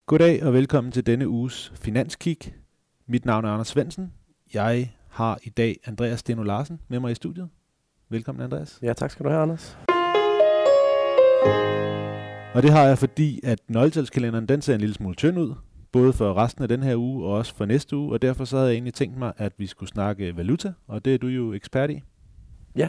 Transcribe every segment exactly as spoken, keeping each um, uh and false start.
Goddag og velkommen til denne uges Finanskig. Mit navn er Anders Svendsen. Jeg har i dag Andreas Steno Larsen med mig i studiet. Velkommen, Andreas. Ja, tak skal du have, Anders. Og det har jeg, fordi at nøgletalskalenderen den ser en lille smule tynd ud, både for resten af den her uge og også for næste uge, og derfor så havde jeg egentlig tænkt mig, at vi skulle snakke valuta, og det er du jo ekspert i. Ja.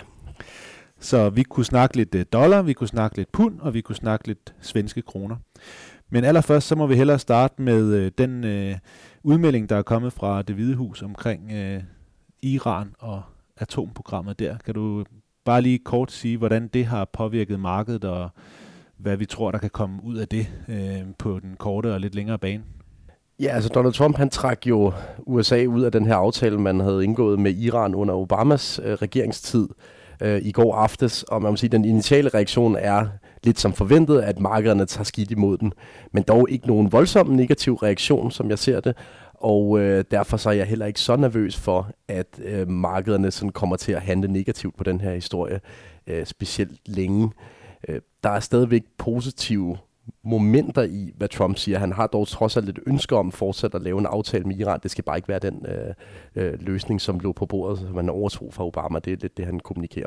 Så vi kunne snakke lidt dollar, vi kunne snakke lidt pund, og vi kunne snakke lidt svenske kroner. Men allerførst så må vi hellere starte med øh, den øh, udmelding, der er kommet fra Det Hvide Hus omkring øh, Iran og atomprogrammet der. Kan du bare lige kort sige, hvordan det har påvirket markedet, og hvad vi tror, der kan komme ud af det øh, på den korte og lidt længere bane? Ja, altså Donald Trump, han trak jo U S A ud af den her aftale, man havde indgået med Iran under Obamas øh, regeringstid øh, i går aftes. Og man må sige, at den initiale reaktion er lidt som forventet, at markederne tager skidt imod den. Men dog ikke nogen voldsom negativ reaktion, som jeg ser det. Og øh, derfor så er jeg heller ikke så nervøs for, at øh, markederne sådan kommer til at handle negativt på den her historie, øh, specielt længe. Øh, der er stadigvæk positive momenter i, hvad Trump siger. Han har dog trods alt et ønske om fortsat at lave en aftale med Iran. Det skal bare ikke være den øh, øh, løsning, som lå på bordet, som man overtog fra Obama. Det er lidt det, han kommunikerer.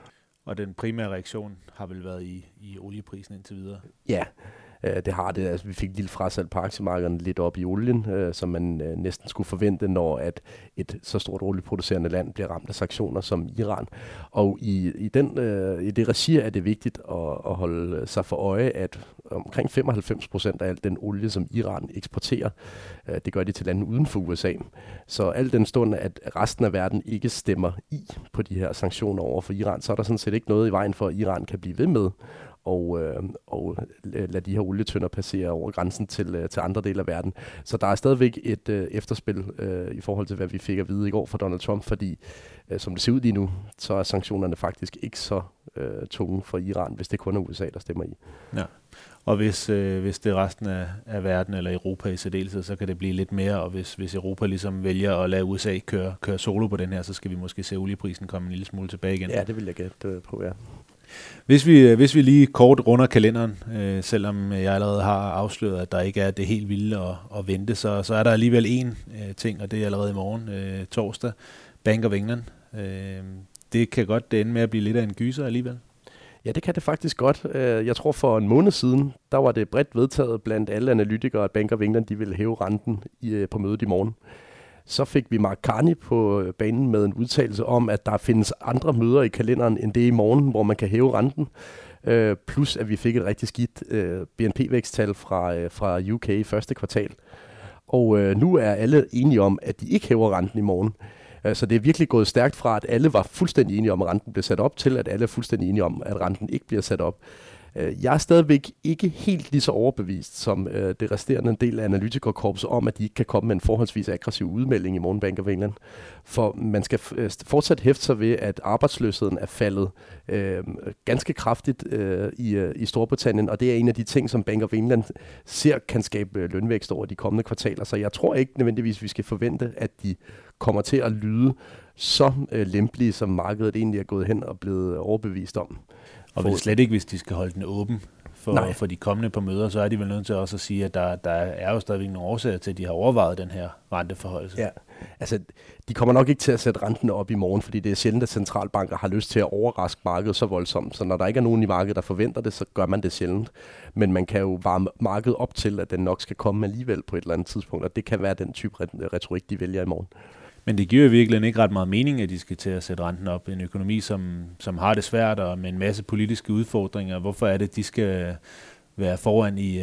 Og den primære reaktion har vel været i, i olieprisen indtil videre? Ja, øh, det har det. Altså, vi fik et lille frasalg på aktiemarkederne lidt op i olien, øh, som man øh, næsten skulle forvente, når at et så stort olieproducerende land bliver ramt af sanktioner som Iran. Og i, i, den, øh, i det regi er det vigtigt at, at holde sig for øje, at omkring femoghalvfems procent af al den olie, som Iran eksporterer, øh, det gør de til lande uden for U S A. Så al den stund, at resten af verden ikke stemmer i på de her sanktioner over for Iran, så er der sådan set ikke noget i vejen for, at Iran kan blive ved med og, øh, og lade de her olietønder passere over grænsen til, øh, til andre dele af verden. Så der er stadigvæk et øh, efterspil øh, i forhold til, hvad vi fik at vide i går fra Donald Trump, fordi øh, som det ser ud lige nu, så er sanktionerne faktisk ikke så øh, tunge for Iran, hvis det kun er U S A, der stemmer i. Ja. Og hvis, øh, hvis det er resten af, af verden, eller Europa i særdeleshed, så kan det blive lidt mere, og hvis, hvis Europa ligesom vælger at lade U S A køre, køre solo på den her, så skal vi måske se olieprisen komme en lille smule tilbage igen. Ja, det vil jeg gætte på, ja. Hvis vi, hvis vi lige kort runder kalenderen, øh, selvom jeg allerede har afsløret, at der ikke er det helt vilde at, at vente, så, så er der alligevel én øh, ting, og det er allerede i morgen, øh, torsdag, Bank of England. Øh, det kan godt ende med at blive lidt af en gyser alligevel. Ja, det kan det faktisk godt. Jeg tror for en måned siden, der var det bredt vedtaget blandt alle analytikere, at Bank of England de ville hæve renten i, på mødet i morgen. Så fik vi Mark Carney på banen med en udtalelse om, at der findes andre møder i kalenderen end det i morgen, hvor man kan hæve renten. Plus at vi fik et rigtig skidt B N P-væksttal fra, fra U K i første kvartal. Og nu er alle enige om, at de ikke hæver renten i morgen. Så det er virkelig gået stærkt fra, at alle var fuldstændig enige om, at renten bliver sat op, til at alle er fuldstændig enige om, at renten ikke bliver sat op. Jeg er stadigvæk ikke helt lige så overbevist som det resterende del af analytikerkorpset om, at de ikke kan komme med en forholdsvis aggressiv udmelding i morgen, Bank of England. For man skal fortsat hæfte sig ved, at arbejdsløsheden er faldet øh, ganske kraftigt øh, i, i Storbritannien, og det er en af de ting, som Bank of England ser kan skabe lønvækst over de kommende kvartaler. Så jeg tror ikke nødvendigvis, vi skal forvente, at de kommer til at lyde så øh, lempelige, som markedet egentlig er gået hen og blevet overbevist om. Og vel slet ikke, hvis de skal holde den åben for, for de kommende på møder, så er de vel nødt til også at sige, at der, der er jo stadigvæk nogle årsager til, at de har overvejet den her renteforhøjelse. Ja, altså de kommer nok ikke til at sætte renten op i morgen, fordi det er sjældent, at centralbanker har lyst til at overraske markedet så voldsomt. Så når der ikke er nogen i markedet, der forventer det, så gør man det sjældent. Men man kan jo varme markedet op til, at den nok skal komme alligevel på et eller andet tidspunkt, og det kan være den type retorik, de vælger i morgen. Men det giver jo virkelig ikke ret meget mening, at de skal til at sætte renten op. En økonomi, som, som har det svært og med en masse politiske udfordringer. Hvorfor er det, de skal være foran i,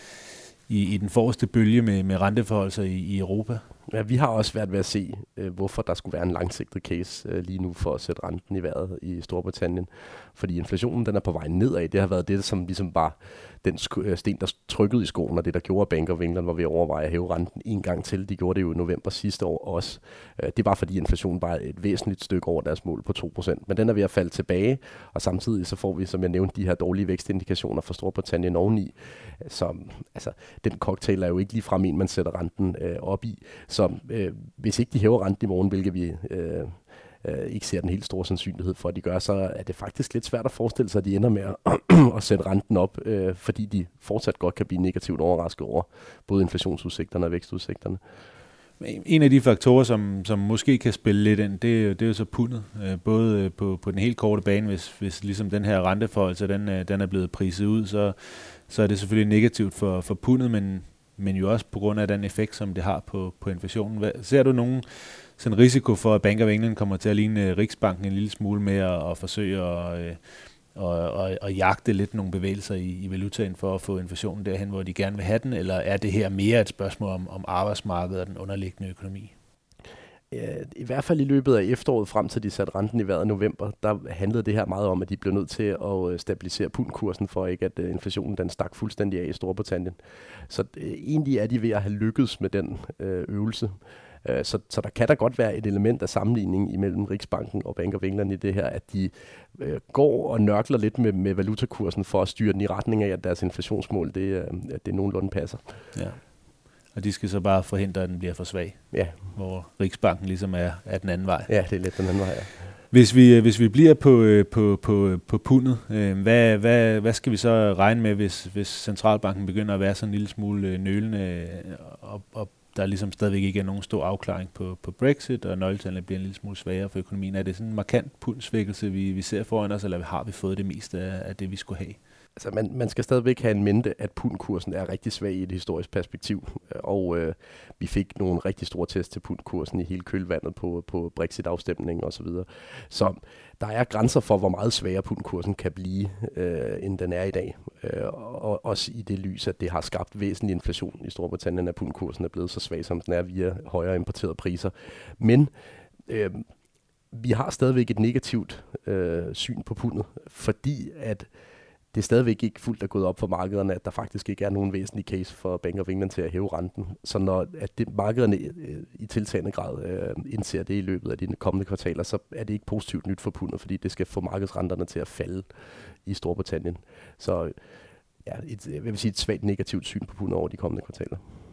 i, i den forreste bølge med, med renteforholdelser i, i Europa? Ja, vi har også været ved at se, øh, hvorfor der skulle være en langsigtet case øh, lige nu for at sætte renten i vejret i Storbritannien. Fordi inflationen den er på vej nedad. Det har været det, som ligesom var den sk- sten, der trykkede i skoen, og det, der gjorde Bank of England, var ved at overveje at hæve renten en gang til. De gjorde det jo i november sidste år også. Øh, det var fordi inflationen var et væsentligt stykke over deres mål på to procent. Men den er ved at falde tilbage, og samtidig så får vi, som jeg nævnte, de her dårlige vækstindikationer fra Storbritannien oveni. Så altså, den cocktail er jo ikke ligefrem en, man sætter renten øh, op i. Så øh, hvis ikke de hæver renten i morgen, hvilket vi øh, øh, ikke ser den helt store sandsynlighed for, at de gør, så er det faktisk lidt svært at forestille sig, at de ender med at, at sætte renten op, øh, fordi de fortsat godt kan blive negativt overrasket over både inflationsudsigterne og vækstudsigterne. En af de faktorer, som, som måske kan spille lidt ind, det er jo, det er jo så pundet. Både på, på den helt korte bane, hvis, hvis ligesom den her renteforhold, den, den er blevet priset ud, så, så er det selvfølgelig negativt for, for pundet, men, men jo også på grund af den effekt, som det har på, på inflationen. Hvad, ser du nogen sådan risiko for, at Bank of England kommer til at ligne Riksbanken en lille smule med at, at forsøge at, og, og, og jagte lidt nogle bevægelser i, i valutaen for at få inflationen derhen, hvor de gerne vil have den, eller er det her mere et spørgsmål om, om arbejdsmarkedet og den underliggende økonomi? Ja, i hvert fald i løbet af efteråret, frem til de satte renten i vejret i november, der handlede det her meget om, at de blev nødt til at stabilisere pundkursen, for ikke at inflationen den stak fuldstændig af i Storbritannien. Så øh, egentlig er de ved at have lykkedes med den øh, øvelse. Så, så der kan der godt være et element af sammenligning imellem Riksbanken og Bank of England i det her, at de øh, går og nørkler lidt med, med valutakursen for at styre den i retning af, at deres inflationsmål, det, øh, det nogenlunde passer. Ja. Og de skal så bare forhindre, at den bliver for svag. Ja. Hvor Riksbanken ligesom er, er den anden vej. Ja, det er lidt den anden vej, ja. Hvis vi, hvis vi bliver på, på, på, på pundet, øh, hvad, hvad, hvad skal vi så regne med, hvis, hvis centralbanken begynder at være sådan en lille smule nølende og, og der ligesom stadigvæk ikke er nogen stor afklaring på, på Brexit, og nøgletallene bliver en lille smule svagere for økonomien? Er det sådan en markant pundsvækkelse, vi, vi ser foran os, eller har vi fået det meste af, af det, vi skulle have? Altså man, man skal stadigvæk have en mente, at pundkursen er rigtig svag i et historisk perspektiv, og øh, vi fik nogle rigtig store test til pundkursen i hele kølvandet på, på Brexit-afstemningen osv. Så, så der er grænser for, hvor meget svagere pundkursen kan blive, øh, end den er i dag. Øh, og også i det lys, at det har skabt væsentlig inflation i Storbritannien, at pundkursen er blevet så svag, som den er via højere importerede priser. Men øh, vi har stadigvæk et negativt øh, syn på pundet, fordi at det er stadigvæk ikke fuldt er gået op for markederne, at der faktisk ikke er nogen væsentlig case for Bank of England til at hæve renten. Så når at det, markederne i tiltagende grad øh, indser det i løbet af de kommende kvartaler, så er det ikke positivt nyt for pundet, fordi det skal få markedsrenterne til at falde i Storbritannien. Så ja, et, jeg vil sige et svagt negativt syn på pundet over de kommende kvartaler.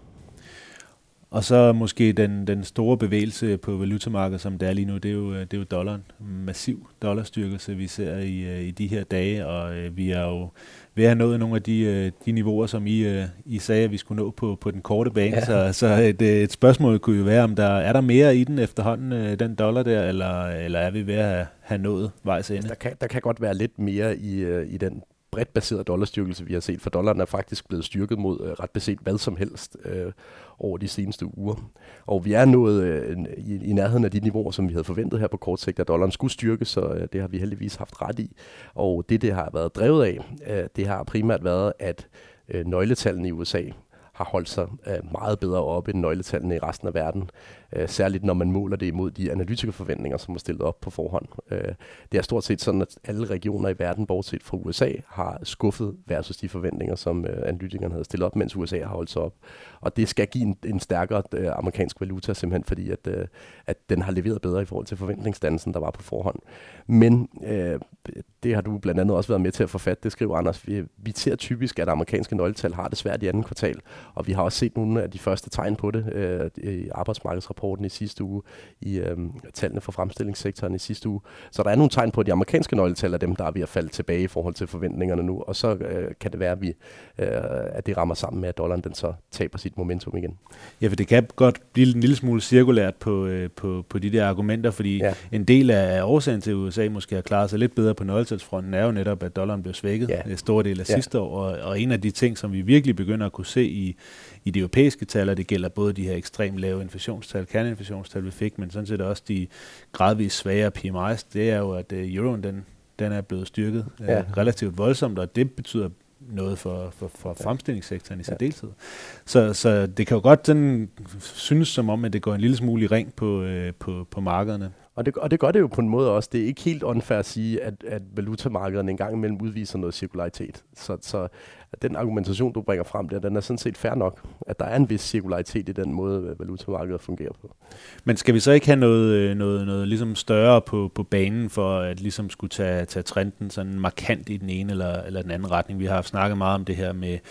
Og så måske den, den store bevægelse på valutamarkedet, som det er lige nu, det er jo, det er jo dollaren. Massiv dollarstyrkelse, vi ser i, i de her dage, og øh, vi er jo ved at have nået nogle af de, de niveauer, som I, øh, I sagde, at vi skulle nå på, på den korte bane. Ja. Så, så et, et spørgsmål kunne jo være, om der er der mere i den efterhånden, den dollar der, eller, eller er vi ved at have, have nået vejs ende? Der kan, der kan godt være lidt mere i, i den bredt baseret dollarstyrkelse, vi har set, for dollaren er faktisk blevet styrket mod øh, ret beset hvad som helst øh, over de seneste uger. Og vi er nået øh, i, i nærheden af de niveauer, som vi havde forventet her på kort sigt, at dollaren skulle styrkes, så øh, det har vi heldigvis haft ret i. Og det, det har været drevet af, øh, det har primært været, at øh, nøgletallene i U S A har holdt sig øh, meget bedre oppe end nøgletallene i resten af verden. Øh, særligt når man måler det imod de analytikerforventninger, som er stillet op på forhånd. Øh, det er stort set sådan, at alle regioner i verden, bortset fra U S A, har skuffet versus de forventninger, som øh, analytikerne havde stillet op, mens U S A har holdt sig op. Og det skal give en, en stærkere øh, amerikansk valuta, simpelthen fordi, at, øh, at den har leveret bedre i forhold til forventningsdannelsen, der var på forhånd. Men øh, det har du blandt andet også været med til at forfatte, det skriver Anders. Vi, vi ser typisk, at amerikanske nøgletal har det svært i anden kvartal, og vi har også set nogle af de første tegn på det øh, i arbejdsmarkedsrapporten i sidste uge, i øh, tallene fra fremstillingssektoren i sidste uge. Så der er nogle tegn på, at de amerikanske nøgletal er dem, der er ved at falde tilbage i forhold til forventningerne nu, og så øh, kan det være, at, vi, øh, at det rammer sammen med, at dollaren den så taber sit momentum igen. Ja, for det kan godt blive en lille smule cirkulært på, øh, på, på de der argumenter, fordi ja. En del af årsagen til, at U S A måske har klaret sig lidt bedre på nøgletalsfronten, er jo netop, at dollaren blev svækket ja. En stor del af ja. Sidste år, og, og en af de ting, som vi virkelig begynder at kunne se i, i de europæiske tal, og det gælder både de her ekstremt lave inflationstal, kerneinflationstal, vi fik, men sådan set også de gradvist svagere P M I's, det er jo, at uh, euroen, den, den er blevet styrket ja. uh, relativt voldsomt, og det betyder noget for, for, for ja. Fremstillingssektoren i særdeleshed. Så, så det kan jo godt sådan, synes som om, at det går en lille smule i ring på, øh, på, på markederne. Og det, og det gør det jo på en måde også. Det er ikke helt unfair at sige, at, at valutamarkederne en gang imellem udviser noget cirkularitet. Så, så at den argumentation, du bringer frem der, den er sådan set fair nok. At der er en vis cirkularitet i den måde, valutamarkedet fungerer på. Men skal vi så ikke have noget, noget, noget ligesom større på, på banen for at ligesom skulle tage, tage trenden sådan markant i den ene eller, eller den anden retning? Vi har snakket meget om det her med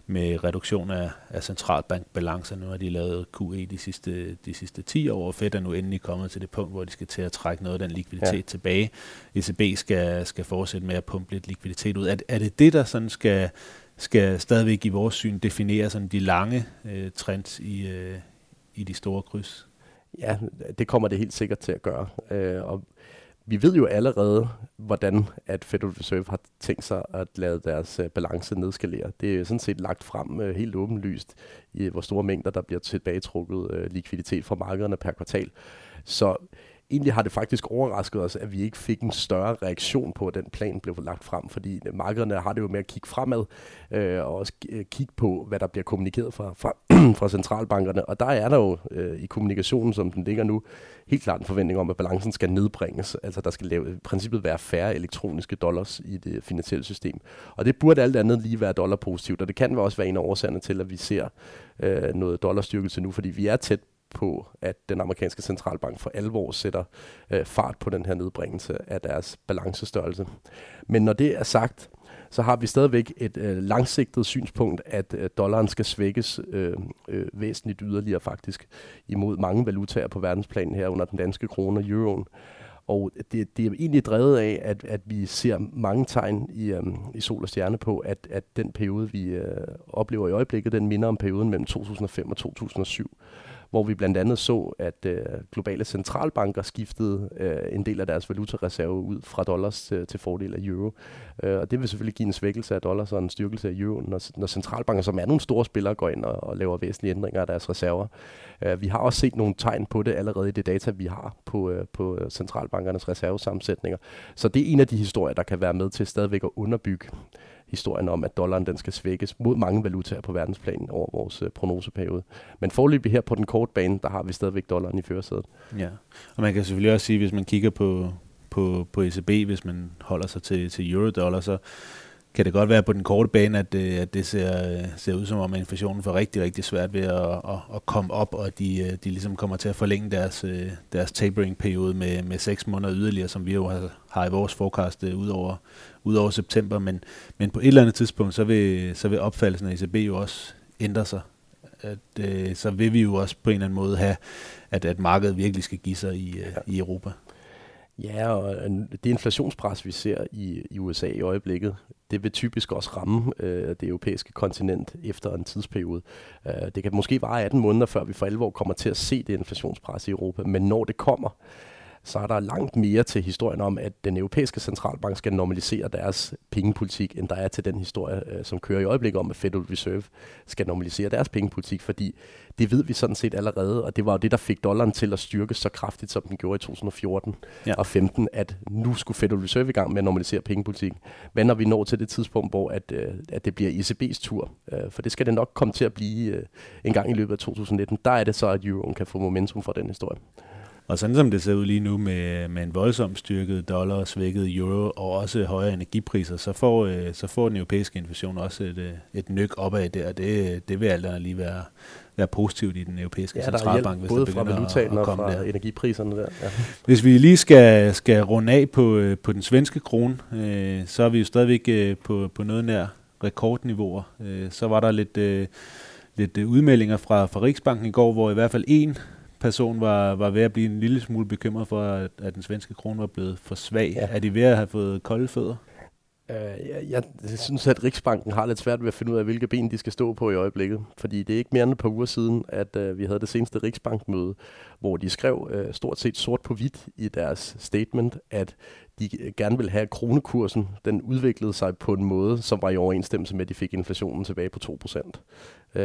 med reduktion af, af centralbankbalancer. Nu har de lavet Q E de sidste, de sidste ti år, og Fed er nu endelig kommet til det punkt, hvor de skal til at trække noget af den likviditet ja. tilbage. E C B skal, skal fortsætte med at pumpe lidt likviditet ud. Er, er det det, der sådan skal, skal stadigvæk i vores syn definere sådan de lange øh, trends i, øh, i de store kryds? Ja, det kommer det helt sikkert til at gøre. Øh, og vi ved jo allerede, hvordan at Federal Reserve har tænkt sig at lade deres uh, balance nedskalere. Det er sådan set lagt frem uh, helt åbenlyst i, hvor store mængder, der bliver tilbagetrukket uh, likviditet fra markederne per kvartal. Så egentlig har det faktisk overrasket os, at vi ikke fik en større reaktion på, at den plan blev lagt frem, fordi markederne har det jo med at kigge fremad, øh, og også kigge på, hvad der bliver kommunikeret fra, fra, fra centralbankerne. Og der er der jo øh, i kommunikationen, som den ligger nu, helt klart en forventning om, at balancen skal nedbringes. Altså der skal lave, i princippet være færre elektroniske dollars i det finansielle system. Og det burde alt andet lige være dollarpositivt, og det kan også være en af årsagerne til, at vi ser øh, noget dollarstyrkelse nu, fordi vi er tæt på, at den amerikanske centralbank for alvor sætter øh, fart på den her nedbringelse af deres balancestørrelse. Men når det er sagt, så har vi stadigvæk et øh, langsigtet synspunkt, at øh, dollaren skal svækkes øh, øh, væsentligt yderligere faktisk imod mange valutaer på verdensplan her under den danske krone og euroen. Og det, det er egentlig drevet af, at, at vi ser mange tegn i, um, i sol og stjerne på, at, at den periode, vi uh, oplever i øjeblikket, den minder om perioden mellem to tusind og fem og to tusind og syv, hvor vi blandt andet så, at uh, globale centralbanker skiftede uh, en del af deres valutareserve ud fra dollars uh, til fordel af euro. Uh, og det vil selvfølgelig give en svækkelse af dollars og en styrkelse af euro, når, når centralbanker, som er nogle store spillere, går ind og, og laver væsentlige ændringer af deres reserver. Uh, vi har også set nogle tegn på det allerede i det data, vi har på, uh, på centralbankernes reservesammensætninger. Så det er en af de historier, der kan være med til stadigvæk at underbygge historien om, at dollaren den skal svækkes mod mange valutaer på verdensplan over vores øh, prognoseperiode. Men foreløbig her på den korte bane, der har vi stadigvæk dollaren i førersædet. Ja, og man kan selvfølgelig også sige, hvis man kigger på, på, på E C B, hvis man holder sig til, til euro-dollar, så kan det godt være på den korte bane, at, at det ser, ser ud som om, at inflationen får rigtig, rigtig svært ved at, at, at komme op, og de, de ligesom kommer til at forlænge deres, deres tapering-periode med, med seks måneder yderligere, som vi jo har, har i vores forecast ud over, ud over september. Men, men på et eller andet tidspunkt, så vil, så vil opfattelsen af E C B jo også ændre sig. At, så vil vi jo også på en eller anden måde have, at, at markedet virkelig skal give sig i, ja. i Europa. Ja, og det inflationspres, vi ser i, i U S A i øjeblikket, det vil typisk også ramme øh, det europæiske kontinent efter en tidsperiode. Uh, det kan måske vare atten måneder, før vi for alvor kommer til at se det inflationspres i Europa, men når det kommer, så er der langt mere til historien om, at den europæiske centralbank skal normalisere deres pengepolitik, end der er til den historie, øh, som kører i øjeblikket om, at Federal Reserve skal normalisere deres pengepolitik, fordi det ved vi sådan set allerede, og det var jo det, der fik dollaren til at styrke så kraftigt, som den gjorde i to tusind og fjorten ja. og femten, at nu skulle Federal Reserve i gang med at normalisere pengepolitikken. Men når vi når til det tidspunkt, hvor at, øh, at det bliver E C B's tur, øh, for det skal det nok komme til at blive øh, en gang i løbet af to tusind nitten, der er det så, at euroen kan få momentum for den historie. Og sådan som det ser ud lige nu med, med en voldsomt styrket dollar, svækket euro og også højere energipriser, så får, øh, så får den europæiske inflation også et, et nyk opad der, og det, det vil alt andet lige være, være positivt i den europæiske ja, centralbank, hvis både det fra valutaen og fra der. energipriserne der. Ja. Hvis vi lige skal, skal runde af på, på den svenske krone, øh, så er vi jo stadigvæk øh, på, på noget nær rekordniveauer. Øh, så var der lidt, øh, lidt udmeldinger fra, fra Riksbanken i går, hvor i hvert fald en person var, var ved at blive en lille smule bekymret for, at, at den svenske krone var blevet for svag. Ja. Er de ved at have fået kolde fødder? Uh, jeg, jeg synes, at Riksbanken har lidt svært ved at finde ud af, hvilke ben de skal stå på i øjeblikket. Fordi det er ikke mere end et par uger siden, at uh, vi havde det seneste Riksbankmøde, hvor de skrev uh, stort set sort på hvidt i deres statement, at de gerne vil have, at kronekursen den udviklede sig på en måde, som var i overensstemmelse med, at de fik inflationen tilbage på to procent. Uh,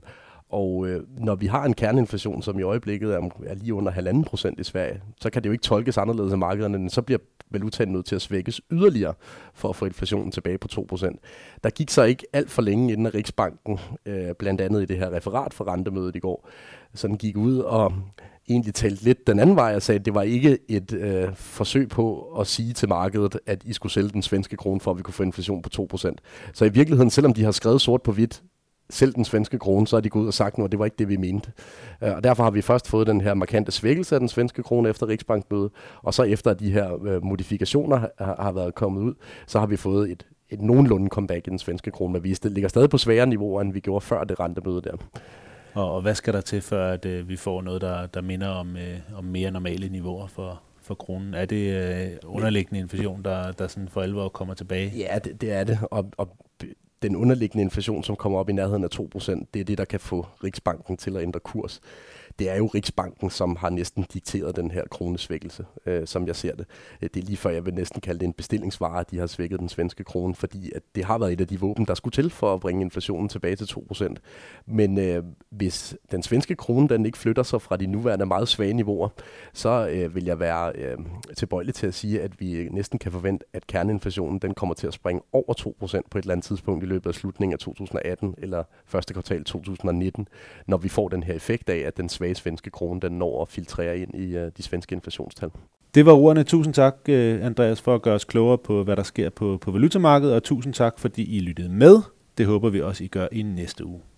Og øh, når vi har en kerneinflation, som i øjeblikket er, er lige under halvanden procent i Sverige, så kan det jo ikke tolkes anderledes af markederne, men så bliver valutaen nødt til at svækkes yderligere for at få inflationen tilbage på to procent. Der gik så ikke alt for længe inden Riksbanken, øh, blandt andet i det her referat for rentemødet i går, så den gik ud og egentlig talte lidt den anden vej og sagde, at det var ikke et øh, forsøg på at sige til markedet, at I skulle sælge den svenske krone, for at vi kunne få inflation på to procent. Så i virkeligheden, selvom de har skrevet sort på hvidt, selv den svenske krone, så er de gået ud og sagt nu, at det var ikke det, vi mente. Og derfor har vi først fået den her markante svækkelse af den svenske krone efter Riksbankmødet, og så efter de her øh, modifikationer har, har været kommet ud, så har vi fået et et nogenlunde comeback i den svenske krone, men vi ligger stadig på sværere niveauer, end vi gjorde før det rentemøde der. Og, og hvad skal der til, før at, øh, vi får noget, der, der minder om, øh, om mere normale niveauer for, for kronen? Er det øh, underliggende inflation, der, der sådan for alvor kommer tilbage? Ja, det, det er det, og, og den underliggende inflation, som kommer op i nærheden af to procent, det er det, der kan få Riksbanken til at ændre kurs. Det er jo Riksbanken, som har næsten dikteret den her kronesvækkelse, øh, som jeg ser det. Det er lige før, jeg vil næsten kalde det en bestillingsvare, at de har svækket den svenske krone, fordi at det har været et af de våben, der skulle til for at bringe inflationen tilbage til to procent. Men øh, hvis den svenske krone den ikke flytter sig fra de nuværende meget svage niveauer, så øh, vil jeg være øh, tilbøjelig til at sige, at vi næsten kan forvente, at kerneinflationen den kommer til at springe over to procent på et eller andet tidspunkt i løbet af slutningen af to tusind og atten eller første kvartal to tusind og nitten, når vi får den her effekt af, at den svage svenske krone, den når at filtrere ind i uh, de svenske inflationstal. Det var ordene. Tusind tak, Andreas, for at gøre os klogere på, hvad der sker på, på valutamarkedet, og tusind tak, fordi I lyttede med. Det håber vi også, I gør i næste uge.